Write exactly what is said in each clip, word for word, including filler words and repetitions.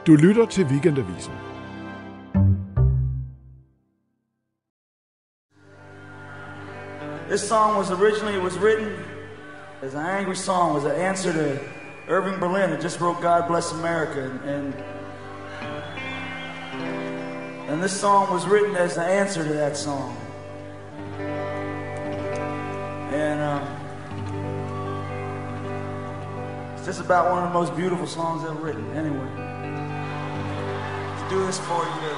Du lytter til Weekendavisen. This song was originally was written as an angry song, was an answer to Irving Berlin, who just wrote God Bless America. And, and this song was written as an answer to that song. And um, it's just about one of the most beautiful songs ever written. Anyway, let's do this for you.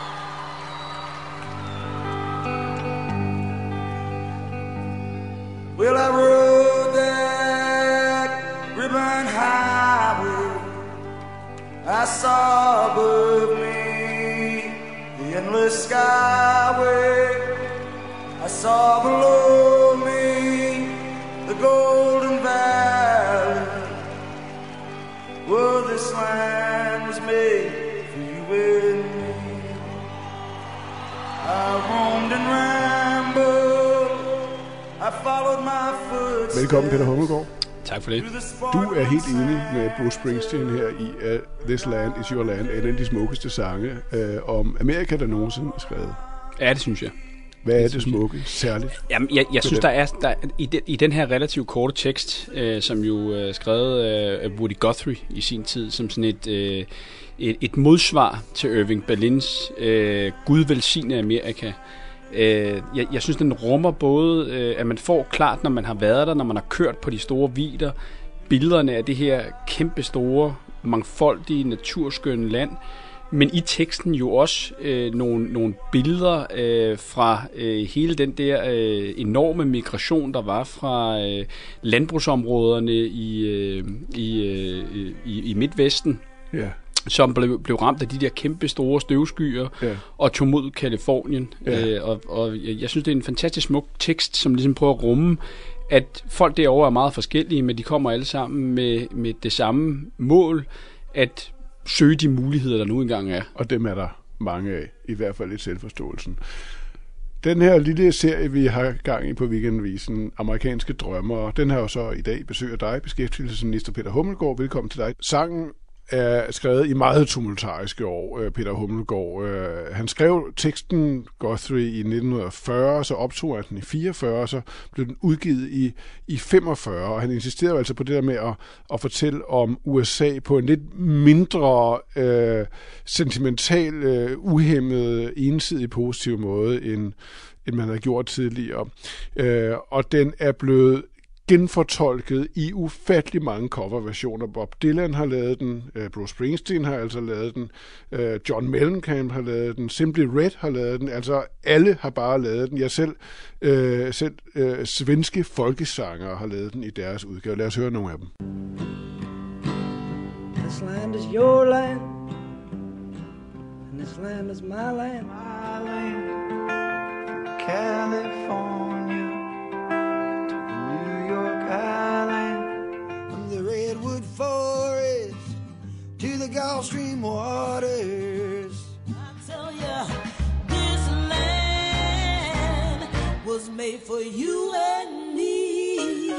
Well, I rode that ribbon highway. I saw above me the endless skyway. I saw below me the golden valley. Well, this land was made for you and me. I roamed and rambled. Velkommen, Peter Hummelgaard. Tak for det. Du er helt enig med Bruce Springsteen her i at This Land Is Your Land, en af de smukkeste sange øh, om Amerika, der nogensinde er skrevet. Ja, det synes jeg. Hvad er det smukke særligt? Jamen, jeg, jeg synes, der er, der, i, den, i den her relativt korte tekst, øh, som jo er øh, skrevet af Woody Guthrie i sin tid, som sådan et, øh, et, et modsvar til Irving Berlins øh, Gud velsigne Amerika. Øh, jeg, jeg synes, den rummer både, øh, at man får klart, når man har været der, når man har kørt på de store vidder, billederne af det her kæmpe store, mangfoldige, naturskønne land, men i teksten jo også øh, nogle, nogle billeder øh, fra øh, hele den der øh, enorme migration, der var fra øh, landbrugsområderne i, øh, i, øh, i, i Midtvesten. Ja. Som blev, blev ramt af de der kæmpe store støvskyer, ja. Og tog mod Kalifornien. Ja. Øh, og, og jeg synes, det er en fantastisk smuk tekst, som ligesom prøver at rumme, at folk derovre er meget forskellige, men de kommer alle sammen med, med det samme mål, at søge de muligheder, der nu engang er. Og dem er der mange af, i hvert fald i selvforståelsen. Den her lille serie, vi har gang i på Weekendavisen, Amerikanske Drømmer, den har jo så i dag besøger dig, beskæftigelsesminister Peter Hummelgaard. Velkommen til dig. Sangen er skrevet i meget tumultariske år, Peter Hummelgaard. Han skrev teksten Guthrie i nitten fyrre, så optog han den i fireogfyrre, så blev den udgivet i, i femogfyrre, og han insisterede altså på det der med at, at fortælle om U S A på en lidt mindre øh, sentimental, øh, uhæmmet, ensidig positiv måde, end, end man havde gjort tidligere. Øh, og den er blevet genfortolket i ufattelig mange coverversioner. Bob Dylan har lavet den, Bruce Springsteen har altså lavet den, John Mellencamp har lavet den, Simply Red har lavet den, altså alle har bare lavet den. Jeg selv, øh, selv øh, svenske folkesangere har lavet den i deres udgave. Lad os høre nogle af dem. This land is your land, and this land is my land, my land, California. From the redwood forest to the Gulf Stream waters, I tell ya, this land was made for you and me.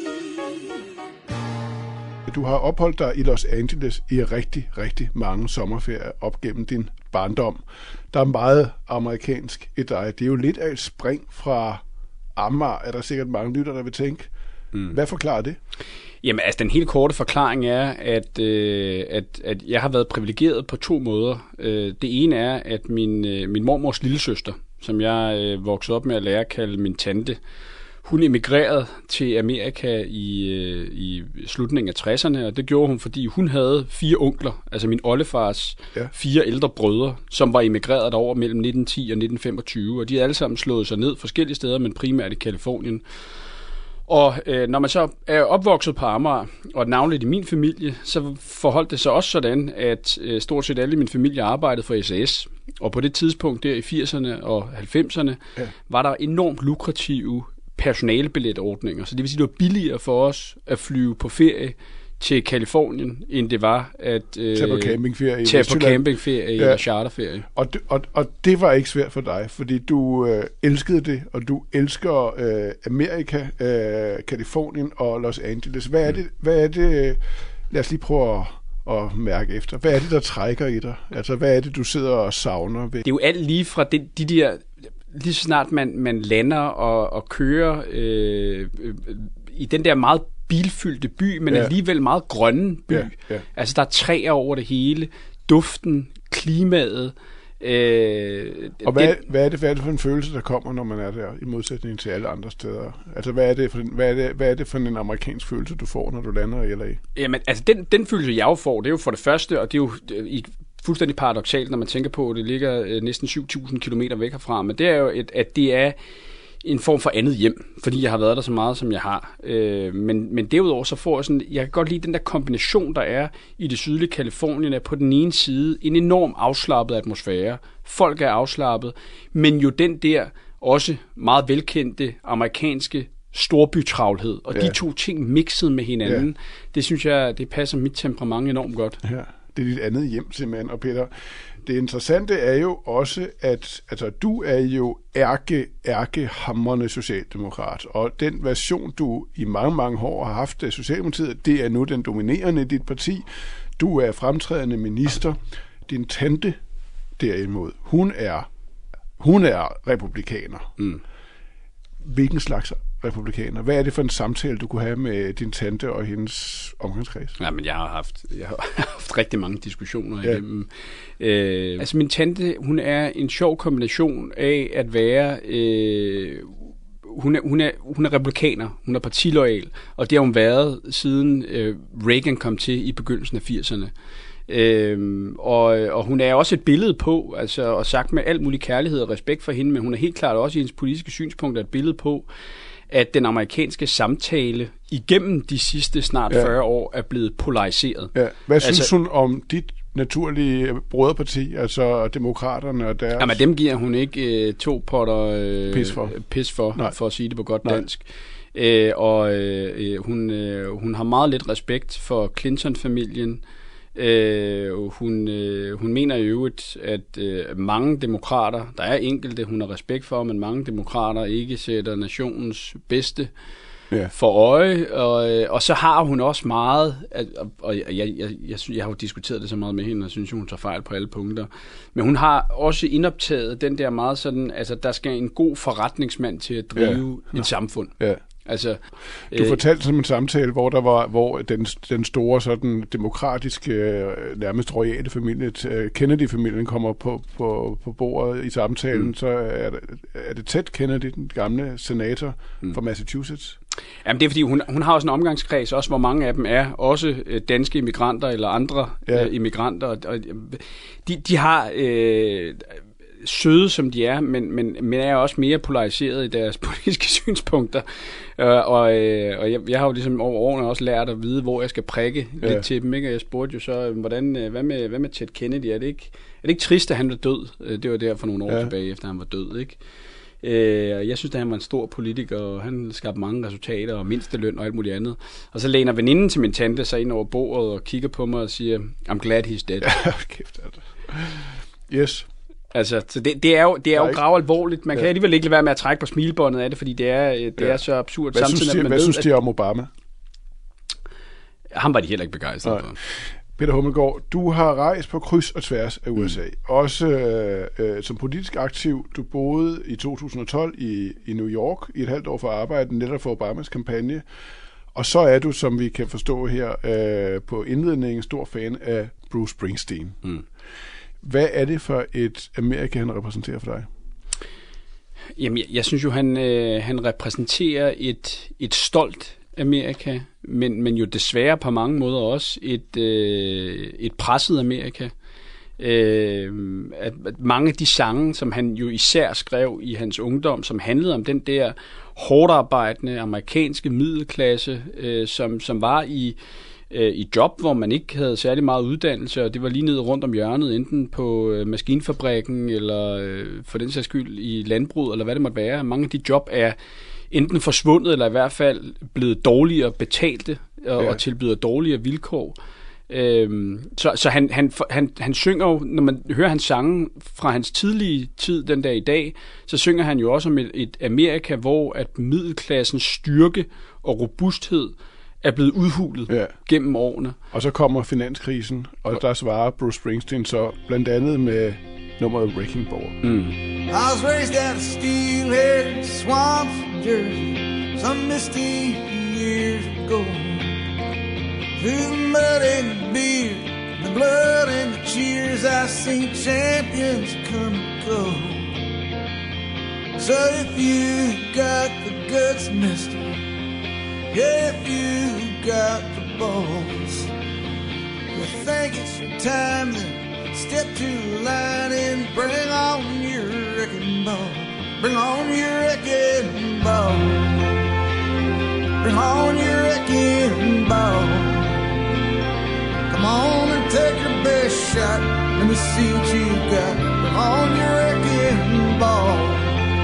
Du har opholdt dig i Los Angeles i rigtig, rigtig mange sommerferier op gennem din barndom. Der er meget amerikansk i dig. Det er jo lidt af et spring fra Amager, er der sikkert mange lytter, der vil tænke. Mm. Hvad forklarer det? Jamen, altså den helt korte forklaring er, at, øh, at, at jeg har været privilegeret på to måder. Øh, det ene er, at min, øh, min mormors lillesøster, som jeg øh, voksede op med at lære at kalde min tante, hun emigrerede til Amerika i, øh, i slutningen af tresserne, og det gjorde hun, fordi hun havde fire onkler, altså min oldefars ja. fire ældre brødre, som var emigreret derover mellem nitten ti og nitten femogtyve, og de havde alle sammen slået sig ned forskellige steder, men primært i Kalifornien. Og øh, når man så er opvokset på Amager, og navnligt i min familie, så forholdt det sig også sådan, at øh, stort set alle i min familie arbejdede for S A S. Og på det tidspunkt der i firserne og halvfemserne, ja. var der enormt lukrative personalebilletordninger. Så det vil sige, det var billigere for os at flyve på ferie til Kalifornien, end det var at øh, tage på campingferie, tage på campingferie ja. eller charterferie. Og det, og, og det var ikke svært for dig, fordi du øh, elskede det, og du elsker øh, Amerika, øh, Kalifornien og Los Angeles. Hvad er det? Hvad er det? Lad os lige prøve at, at mærke efter? Hvad er det, der trækker i dig? Altså, hvad er det, du sidder og savner ved? Det er jo alt lige fra de, de der, lige så snart man, man lander og, og kører øh, øh, i den der meget bilfyldte by, men ja. alligevel meget grønne by. Ja, ja. Altså, der er træer over det hele, duften, klimaet. Øh, og hvad, den, hvad, er det, hvad er det for en følelse, der kommer, når man er der, i modsætning til alle andre steder? Altså, hvad er det for, hvad er det, hvad er det for en amerikansk følelse, du får, når du lander i L A? Jamen, altså, den, den følelse, jeg får, det er jo for det første, og det er jo i, fuldstændig paradoksalt, når man tænker på, at det ligger øh, næsten syv tusind kilometer væk herfra, men det er jo, et, at det er en form for andet hjem, fordi jeg har været der så meget, som jeg har. Øh, men, men derudover så får jeg sådan, jeg kan godt lide den der kombination, der er i det sydlige Californien, at på den ene side en enorm afslappet atmosfære. Folk er afslappet, men jo den der også meget velkendte amerikanske storbytravlhed, og ja. de to ting mixet med hinanden, ja. det synes jeg, det passer mit temperament enormt godt. Ja, det er dit andet hjem simpelthen, og Peter, det interessante er jo også, at altså, du er jo ærke, ærke hamrende socialdemokrat, og den version, du i mange, mange år har haft af Socialdemokratiet, det er nu den dominerende i dit parti. Du er fremtrædende minister. Din tante derimod, hun er, hun er republikaner. Mm. Hvilken slags republikaner? Hvad er det for en samtale, du kunne have med din tante og hendes omgangskreds? Ja, men jeg har haft, jeg har haft rigtig mange diskussioner ja. igennem. Øh, altså min tante, hun er en sjov kombination af at være... Øh, Hun er, hun, er, hun er republikaner, hun er partiloyal, og det har hun været siden øh, Reagan kom til i begyndelsen af firserne. Øhm, og, og hun er også et billede på, altså, og sagt med alt mulig kærlighed og respekt for hende, men hun er helt klart også i hendes politiske synspunkter et billede på, at den amerikanske samtale igennem de sidste snart ja. fyrre år er blevet polariseret. Ja. Hvad synes altså, hun om dit naturlige broderparti, altså demokraterne og deres... Jamen, dem giver hun ikke øh, to potter øh, pis for, pis for, for at sige det på godt Nej. dansk. Øh, og øh, hun, øh, hun har meget lidt respekt for Clinton-familien. Øh, hun, øh, hun mener i øvrigt, at øh, mange demokrater, der er enkelte, hun har respekt for, men mange demokrater ikke sætter nationens bedste yeah. for øje, og, og så har hun også meget, og, og jeg, jeg, jeg, jeg, jeg har jo diskuteret det så meget med hende, og synes, hun tager fejl på alle punkter, men hun har også indoptaget den der meget sådan, altså der skal en god forretningsmand til at drive yeah. et ja. samfund. Yeah. Altså, du fortalte som en samtale, hvor der var, hvor den, den store sådan demokratiske, nærmest royale familie, Kennedy-familien kommer på, på, på bordet i samtalen, mm. så er det, er det Ted Kennedy, den gamle senator mm. fra Massachusetts. Jamen det er fordi, hun, hun har også en omgangskreds, også hvor mange af dem er, også danske immigranter eller andre ja. øh, immigranter, og de, de har... Øh, søde som de er, men, men, men er også mere polariseret i deres politiske synspunkter. Uh, og øh, og jeg, jeg har jo ligesom over årene også lært at vide, hvor jeg skal prikke ja. lidt til dem. Ikke? Og jeg spurgte jo så, hvordan, hvad, med, hvad med Ted Kennedy? Er det, ikke, er det ikke trist, at han var død? Det var der for nogle år ja. tilbage, efter han var død. Ikke? Uh, jeg synes, at han var en stor politiker, og han skabte mange resultater, og mindsteløn og alt muligt andet. Og så læner veninden til min tante sig ind over bordet og kigger på mig og siger, I'm glad he's dead. Ja, kæft, altså. Yes. Altså, så det, det er jo, det er jo grav alvorligt. Man kan ja. alligevel ikke lade være med at trække på smilebåndet af det, fordi det er, det ja. er så absurd. Hvad samtidig, synes de, man hvad ved, synes de om Obama? Ham var de heller ikke begejstrede for. Peter Hummelgaard, du har rejst på kryds og tværs af U S A. Mm. Også øh, øh, som politisk aktiv. Du boede i to tusind og tolv i, i New York i et halvt år for at arbejde netop for Obamas kampagne. Og så er du, som vi kan forstå her øh, på indledningen, stor fan af Bruce Springsteen. Mm. Hvad er det for et Amerika, han repræsenterer for dig? Jamen, jeg, jeg synes jo, han, øh, han repræsenterer et, et stolt Amerika, men, men jo desværre på mange måder også et, øh, et presset Amerika. Øh, at, at mange af de sange, som han jo især skrev i hans ungdom, som handlede om den der hårdt arbejdende amerikanske middelklasse, øh, som, som var i... i job, hvor man ikke havde særlig meget uddannelse, og det var lige nede rundt om hjørnet, enten på øh, maskinfabrikken, eller øh, for den sags skyld i landbruget, eller hvad det måtte være. Mange af de job er enten forsvundet, eller i hvert fald blevet dårligere betalte, og, ja. og tilbyder dårligere vilkår. Øhm, så så han, han, han, han synger jo, når man hører hans sange fra hans tidlige tid den dag i dag, så synger han jo også om et, et Amerika, hvor at middelklassens styrke og robusthed er blevet udhulet ja. gennem årene. Og så kommer finanskrisen, og der svarer Bruce Springsteen så blandt andet med nummeret Wrecking Ball. Mm. I was raised out of steel-haired swamps in Jersey some misty years ago. Through the mud and the beer, the blood and the cheers, I've seen champions come and go. So if you got the guts, mister, if you got the balls, you think it's your time, then step to the line and bring on your wrecking ball. Bring on your wrecking ball. Bring on your wrecking ball. Come on and take your best shot. Let me see what you got. Bring on your wrecking ball.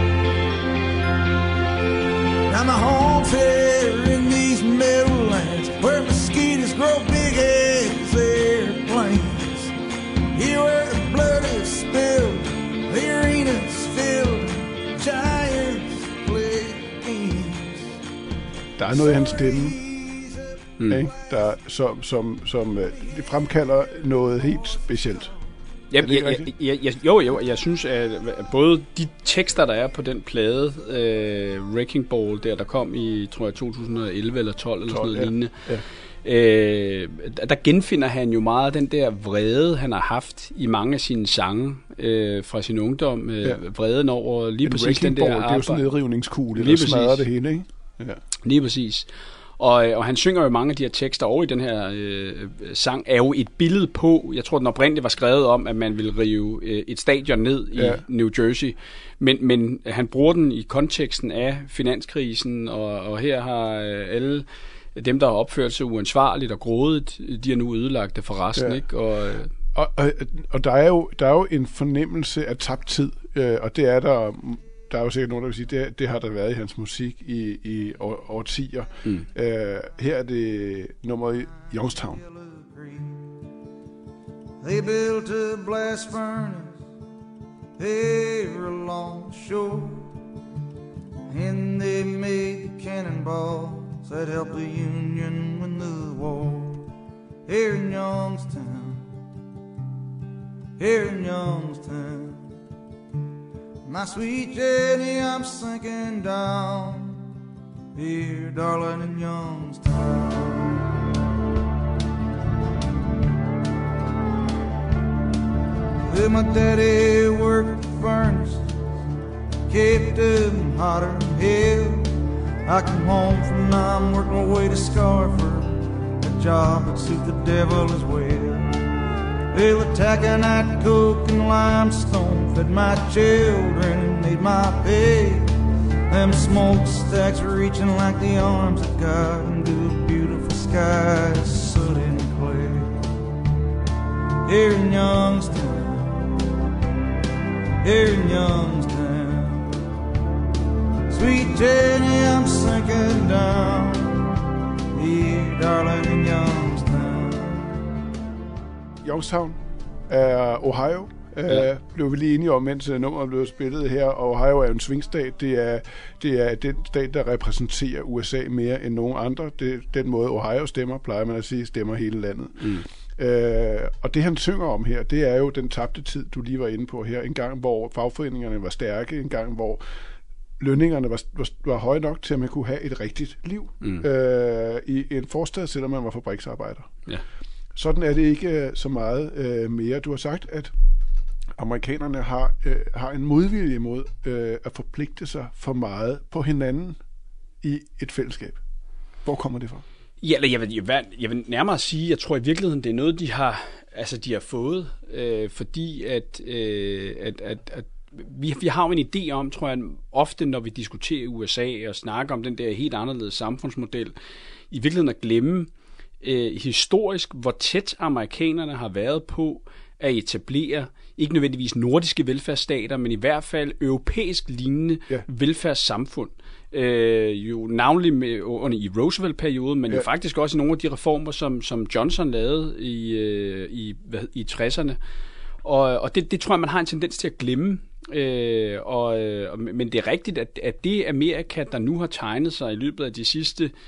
Now my home's here in these meadowlands where mosquitoes grow big as airplanes. Here where the blood is spilled, the arena's filled, giants play games. Der er noget i hans stemme, mm. ikke? Der, som, som, som det fremkalder noget helt specielt. Ja, jeg, jeg, jeg, jeg, jo, jo, jeg synes, at både de tekster, der er på den plade, øh, Wrecking Ball, der der kom i, tror jeg, to tusind og elleve eller tolv eller sådan noget ja. lignende, Ja. øh, der genfinder han jo meget af den der vrede, han har haft i mange af sine sange øh, fra sin ungdom. Øh, ja. Vreden over lige en præcis den der ball, det er jo sådan en nedrivningskugle, der smadrer det hele, ikke? Ja. Lige præcis. Og, og han synger jo mange af de her tekster over i den her øh, sang, er jo et billede på, jeg tror den oprindeligt var skrevet om, at man ville rive øh, et stadion ned i ja. New Jersey, men, men han bruger den i konteksten af finanskrisen, og, og her har øh, alle dem, der har opført sig uansvarligt og grådigt, de har nu ødelagt det for resten, ja. Ikke? Og, øh, og, og, og der, er jo, der er jo en fornemmelse af tabt tid, øh, og det er der... Der er jo sikkert nogen, der vil sige, det, det har der været i hans musik i, i år, årtier. Mm. Uh, her er det nummeret Youngstown. They built a blast furnace here along the shore, and they made the cannonballs that helped the Union win the war. Here in Youngstown, here in Youngstown, my sweet Jenny, I'm sinking down here, darling, in Youngstown. Well, my daddy worked the furnace, kept them hotter than hell. I come home from I'm working my way to Scarford, a job that suit the devil as well. Well, the taconite, coke, and limestone fed my children and made my pay. Them smokestacks reaching like the arms of God into a beautiful sky, soot and clay. Here in Youngstown, here in Youngstown, sweet Jenny, I'm sinking down here, darling, in Youngstown. Youngstown er Ohio, ja. uh, blev vi lige enige om, mens nummeret blev spillet her, og Ohio er jo en svingstat. Det er, det er den stat, der repræsenterer U S A mere end nogen andre. Det, den måde Ohio stemmer, plejer man at sige, stemmer hele landet. Mm. Uh, og det han synger om her, det er jo den tabte tid, du lige var inde på her. En gang, hvor fagforeningerne var stærke, en gang, hvor lønningerne var, var, var høje nok til, at man kunne have et rigtigt liv mm. uh, i en forstad, selvom man var fabriksarbejder. Ja. Sådan er det ikke så meget øh, mere. Du har sagt, at amerikanerne har, øh, har en modvilje mod øh, at forpligte sig for meget på hinanden i et fællesskab. Hvor kommer det fra? Ja, jeg vil, jeg, vil, jeg vil nærmere sige, jeg tror i virkeligheden, det er noget, de har, altså, de har fået, øh, fordi at, øh, at, at, at vi, vi har jo en idé om, tror jeg, ofte når vi diskuterer U S A og snakker om den der helt anderledes samfundsmodel, i virkeligheden at glemme, Øh, historisk, hvor tæt amerikanerne har været på at etablere ikke nødvendigvis nordiske velfærdsstater, men i hvert fald europæisk lignende ja. velfærdssamfund. Øh, jo navnlig med, under, i Roosevelt-perioden, men ja. jo faktisk også i nogle af de reformer, som, som Johnson lavede i, øh, i, hvad, i tresserne. Og, og det, det tror jeg, man har en tendens til at glemme. Øh, og, og, men det er rigtigt, at, at det Amerika, der nu har tegnet sig i løbet af de sidste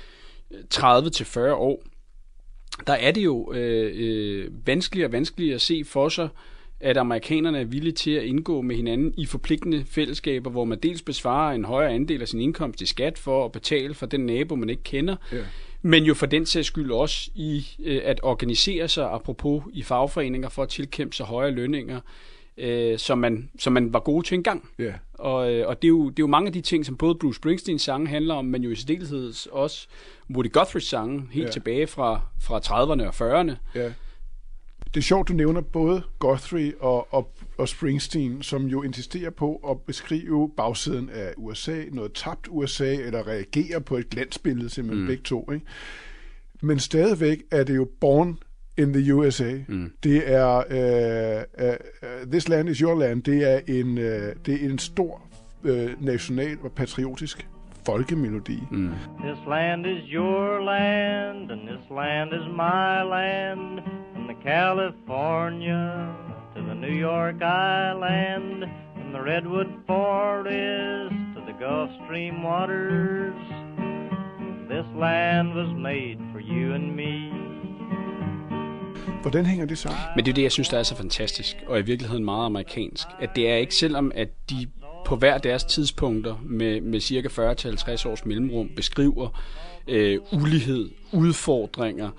tredive til fyrre år, der er det jo øh, øh, vanskeligere og vanskeligere at se for sig, at amerikanerne er villige til at indgå med hinanden i forpligtende fællesskaber, hvor man dels besvarer en højere andel af sin indkomst i skat for at betale for den nabo, man ikke kender, yeah. men jo for den sags skyld også i øh, at organisere sig, apropos i fagforeninger, for at tilkæmpe sig højere lønninger, øh, som, man, som man var gode til engang. Yeah. Og, øh, og det, er jo, det er jo mange af de ting, som både Bruce Springsteens sange handler om, men jo i særdeleshed også Woody Guthrie's sange, helt yeah. tilbage fra, fra trediverne og fyrrerne. Yeah. Det er sjovt, du nævner både Guthrie og, og, og Springsteen, som jo insisterer på at beskrive bagsiden af U S A, noget tabt U S A, eller reagere på et glansbillede, simpelthen mm. begge to. Ikke? Men stadigvæk er det jo born in the U S A. Mm. Det er uh, uh, This Land is Your Land. Det er en, uh, det er en stor uh, national og patriotisk folkemelodi. Mm. This land is your land, and this land is my land, from the California to the New York Island, from the redwood forest to the Gulf Stream waters. This land was made for you and me. Hvordan hænger det sammen? Men det er det, jeg synes, der er så fantastisk, og i virkeligheden meget amerikansk, at det er ikke selvom, at de på hver deres tidspunkter med, med cirka fyrre til halvtreds års mellemrum beskriver øh, ulighed, udfordringer,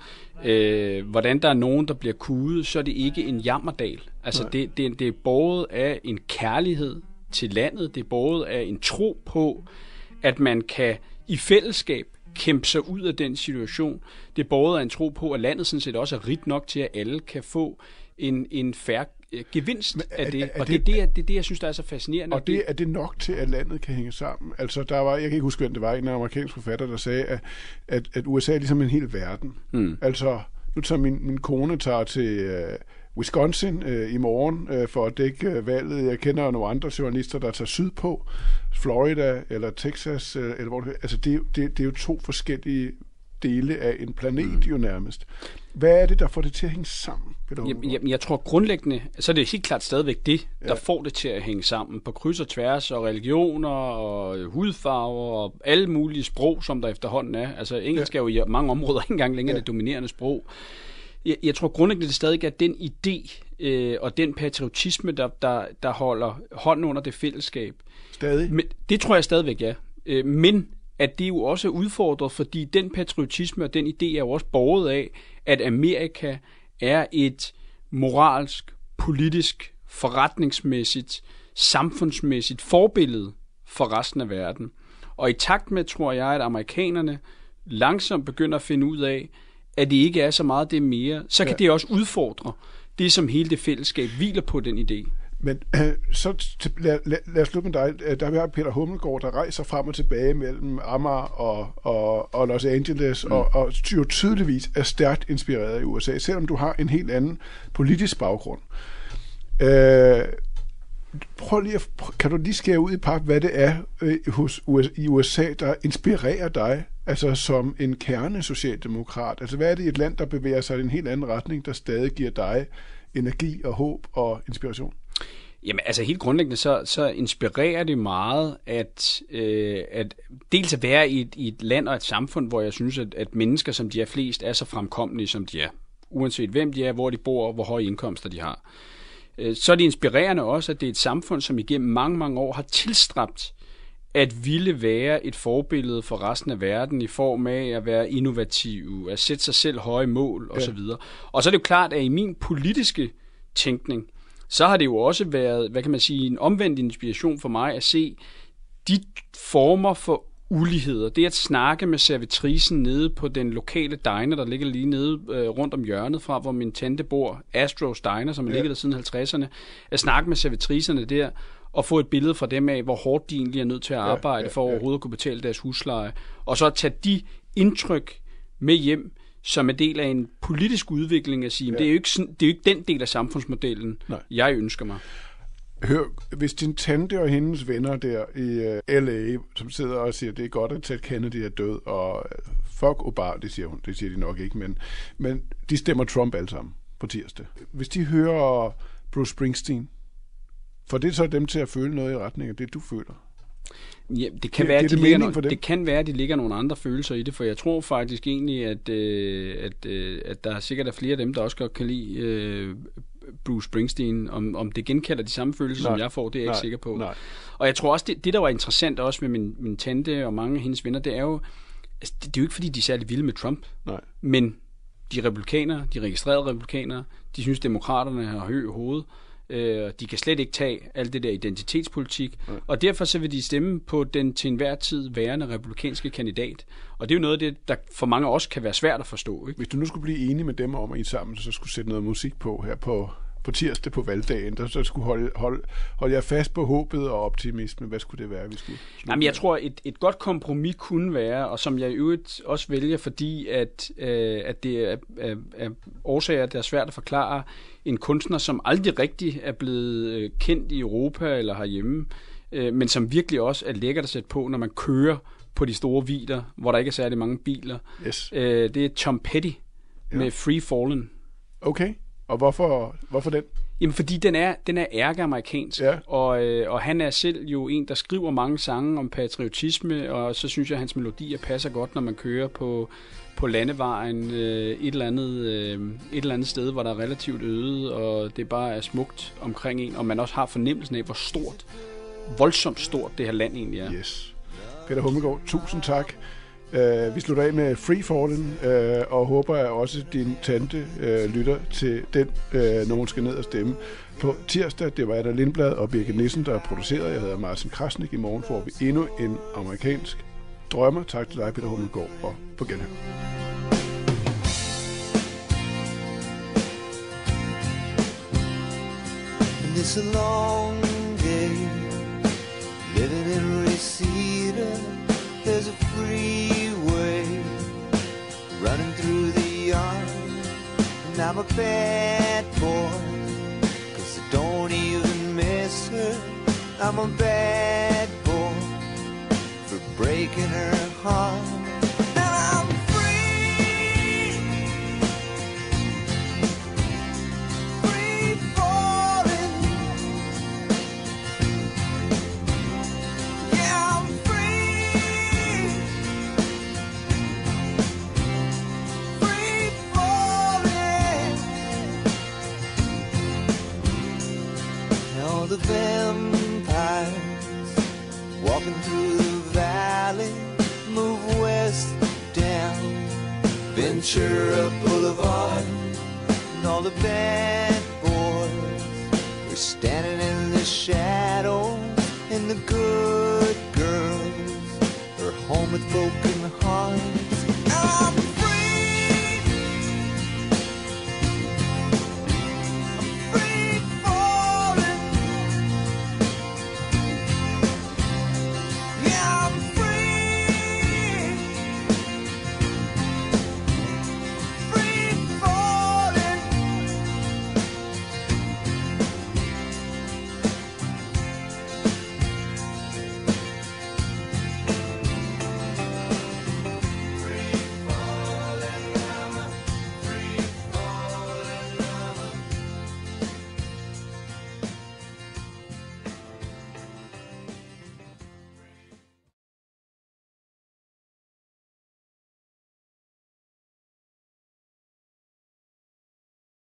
øh, hvordan der er nogen, der bliver kudet, så er det ikke en jammerdal. Altså det, det, det er båret af en kærlighed til landet, det er båret af en tro på, at man kan i fællesskab kæmpe sig ud af den situation. Det er båret af en tro på, at landet sådan set også er rigt nok til, at alle kan få en, en fair gevinst af det, er, er og det, det, er det, det er det, jeg synes, der er så fascinerende. Og det, er det nok til, at landet kan hænge sammen? Altså, der var, jeg kan ikke huske, hvem det var, en af amerikanske forfatter, der sagde, at, at, at U S A er ligesom en hel verden. Mm. Altså, nu tager min, min kone tager til uh, Wisconsin uh, i morgen uh, for at dække uh, valget. Jeg kender nogle andre journalister, der tager sydpå, Florida eller Texas, uh, eller hvor det, altså, det, det, det er jo to forskellige dele af en planet mm. jo nærmest. Hvad er det, der får det til at hænge sammen? Jamen, jeg, jeg tror grundlæggende, så er det helt klart stadigvæk det, der ja. får det til at hænge sammen på kryds og tværs, og religioner, og hudfarver, og alle mulige sprog, som der efterhånden er. Altså engelsk ja. er jo i mange områder ikke engang længere ja. det dominerende sprog. Jeg, jeg tror grundlæggende, det stadig er den idé øh, og den patriotisme, der, der, der holder hånden under det fællesskab. Stadig? Men, det tror jeg stadigvæk, ja. Øh, men at det jo også er udfordret, fordi den patriotisme og den idé er jo også båret af, at Amerika er et moralsk, politisk, forretningsmæssigt, samfundsmæssigt forbillede for resten af verden. Og i takt med, tror jeg, at amerikanerne langsomt begynder at finde ud af, at det ikke er så meget det mere, så kan ja. det også udfordre det, som hele det fællesskab hviler på den idé. Men øh, så lad, lad, lad os slutte med dig. Der er Peter Hummelgaard, der rejser frem og tilbage mellem Amager og, og, og Los Angeles, mm. og, og jo tydeligvis er stærkt inspireret i U S A, selvom du har en helt anden politisk baggrund. Øh, prøv lige at, kan du lige skære ud i pap, hvad det er øh, hos U S, i U S A, der inspirerer dig, altså som en kernesocialdemokrat? Altså hvad er det i et land, der bevæger sig i en helt anden retning, der stadig giver dig energi og håb og inspiration? Jamen altså helt grundlæggende, så, så inspirerer det meget, at, øh, at dels at være i et, i et land og et samfund, hvor jeg synes, at, at mennesker, som de er flest, er så fremkommelige, som de er. Uanset hvem de er, hvor de bor og hvor høje indkomster de har. Øh, så er det inspirerende også, at det er et samfund, som igennem mange, mange år har tilstræbt at ville være et forbillede for resten af verden i form af at være innovativ, at sætte sig selv høje mål osv. Ja. Og så er det jo klart, at i min politiske tænkning, så har det jo også været, hvad kan man sige, en omvendt inspiration for mig at se de former for uligheder. Det at snakke med servitricen nede på den lokale diner, der ligger lige nede øh, rundt om hjørnet fra, hvor min tante bor, Astros Diner, som ja. ligger der siden halvtredserne. At snakke med servitricerne der, og få et billede fra dem af, hvor hårdt de egentlig er nødt til at arbejde ja, ja, for ja. overhovedet at kunne betale deres husleje. Og så at tage de indtryk med hjem, som er del af en politisk udvikling, at sige, ja. det, er jo ikke sådan, det er jo ikke den del af samfundsmodellen, Nej. jeg ønsker mig. Hør, hvis din tante og hendes venner der i uh, L A, som sidder og siger, det er godt, at Ted Kennedy er død, og fuck Obama, det siger hun, det siger de nok ikke, men, men de stemmer Trump alle sammen på tirsdag. Hvis de hører Bruce Springsteen, får det så dem til at føle noget i retning af det, du føler? Ja, det kan, det, være, det, de det, ligger no- for det kan være, at de ligger nogle andre følelser i det, for jeg tror faktisk egentlig, at, øh, at, øh, at der sikkert er flere af dem, der også godt kan lide øh, Bruce Springsteen. Om, om det genkalder de samme følelser, nej, som jeg får, det er jeg nej, ikke sikker på. Nej. Og jeg tror også, det, det der var interessant også med min, min tante og mange af hendes venner, det er jo, altså, det, det er jo ikke fordi, de er særlig vilde med Trump, nej. Men de republikanere, de registrerede republikanere, de synes, demokraterne har høj hoved. De kan slet ikke tage alt det der identitetspolitik, ja. Og derfor så vil de stemme på den til enhver tid værende republikanske kandidat. Og det er jo noget af det, der for mange af os kan være svært at forstå. Ikke? Hvis du nu skulle blive enig med dem om, at I sammen så skulle sætte noget musik på her på, på tirsdag på valgdagen, der så skulle holde, holde, holde jer fast på håbet og optimisme, hvad skulle det være, vi skulle? Jamen, jeg tror, et, et godt kompromis kunne være, og som jeg i øvrigt også vælger, fordi at, øh, at det er, er, er årsager, der er svært at forklare, en kunstner, som aldrig rigtig er blevet kendt i Europa eller herhjemme, øh, men som virkelig også er lækkert at sætte på, når man kører på de store vidder, hvor der ikke er særlig mange biler. Yes. Øh, det er Tom Petty ja. Med Free Fallin'. Okay, og hvorfor, hvorfor den? Jamen, fordi den er, den er ærkeamerikansk, ja. og, øh, og han er selv jo en, der skriver mange sange om patriotisme, og så synes jeg, at hans melodier passer godt, når man kører på på landevejen øh, et, eller andet, øh, et eller andet sted, hvor der er relativt øde, og det bare er smukt omkring en, og man også har fornemmelsen af, hvor stort, voldsomt stort det her land egentlig er. Yes. Peter Hummelgaard, tusind tak. Uh, vi slutter af med Free Fallin', uh, og håber, at også din tante uh, lytter til den, uh, når hun skal ned og stemme. På tirsdag, det var Adder Lindblad og Birgit Nissen, der producerede. Jeg hedder Martin Krasnik. I morgen får vi endnu en amerikansk drømmer. Tak til dig, Peter Hummelgaard, og på genhør. It's a long day living in Reseda. There's a freeway running through the yard, and I'm a bad boy, 'cause I don't even miss her. I'm a bad boy for breaking her heart. And I'm free, free falling. Yeah, I'm free, free falling. All the vampires walking through the valley move west down Ventura Boulevard, and all the bad boys are standing in the shadows in the good